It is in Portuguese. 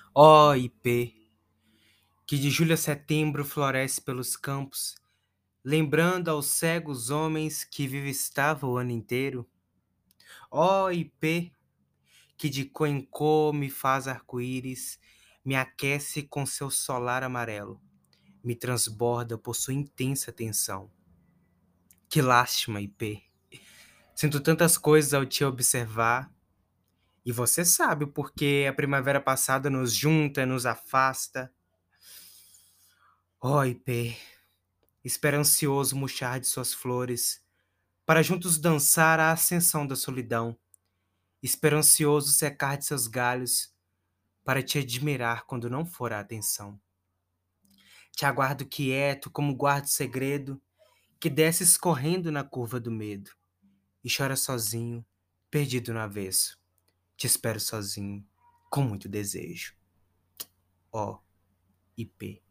Ó ipê, que de julho a setembro floresce pelos campos, lembrando aos cegos homens que vivo estava o ano inteiro. Ó ipê, que de cor em cor me faz arco-íris, me aquece com seu solar amarelo, me transborda por sua intensa tensão. Que lástima, ipê. Sinto tantas coisas ao te observar, e você sabe porque a primavera passada nos junta, nos afasta. Ó ipê, espera ansioso murchar de suas flores, para juntos dançar a ascensão da solidão. Espera ansioso secar de seus galhos, para te admirar quando não for a atenção. Te aguardo quieto, como guardo segredo, que desces correndo na curva do medo, e chora sozinho, perdido no avesso. Te espero sozinho, com muito desejo. Ó, IP.